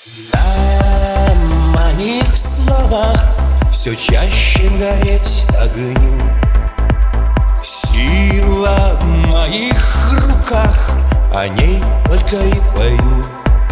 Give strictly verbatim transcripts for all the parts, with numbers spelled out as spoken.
На моих словах все чаще гореть огню. Сила в моих руках, о ней только и пою.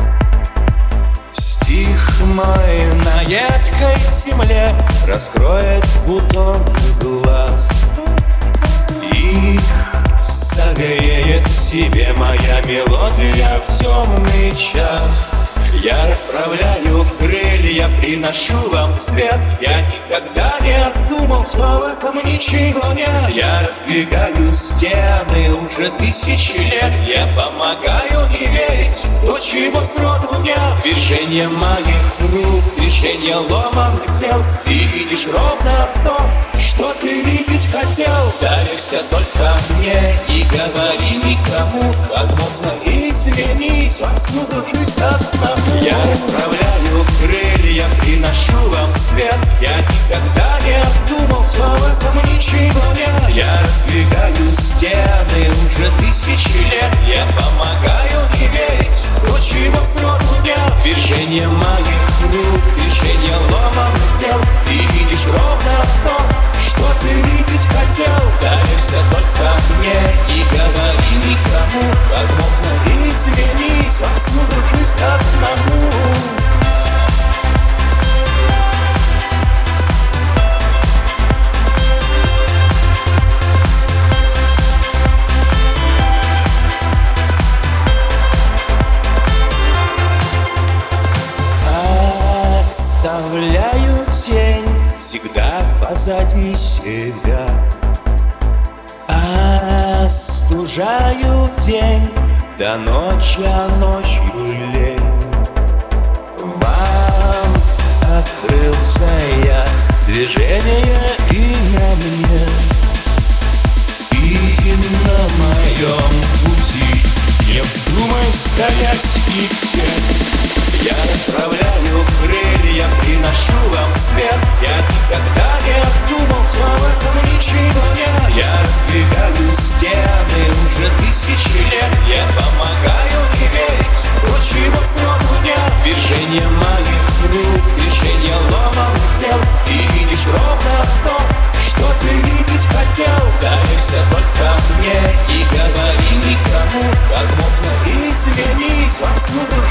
Стих мой на едкой земле раскроет бутон глаз. Их согреет в себе моя мелодия в темный час. Я расправляю крылья, приношу вам свет. Я никогда не думал, что в этом ничего нет. Я раздвигаю стены уже тысячи лет. Я помогаю не верить в то, чего сроду нет. Движение моих рук, движение ломаных тел. Ты видишь ровно то, что ты видеть хотел. Доверься только мне и говори никому. Возможно, извинись, отсюда жизнь одному. Я расправляю крылья, приношу вам свет. Я никогда не думал, что в этом ничего нет. Я раздвигаю стены уже тысячи лет. Я помогаю не верить в то, чего сроду нет. Движение моих рук, движение ломаных тел. Ты видишь ровно то, что ты видеть хотел. Доверься только мне и говори никому. Возможно, извинись, отсюда жизнь одному. Оставляю тень всегда позади себя. Остужаю день до ночи, а ночью лень. Вам открылся я, движение и на мне. И на моем пути не вздумай стоять и тень. Я расправляю крылья, приношу вам свет. Я никогда не думал, что в этом ничего нет. Я раздвигаю стены уже тысячи лет. Я помогаю не верить в то, чего сроду нет. Движение моих рук, движение ломаных тел. Ты видишь ровно то, что ты видеть хотел. Доверься только мне и говори никому. Возможно, извинись, отсюда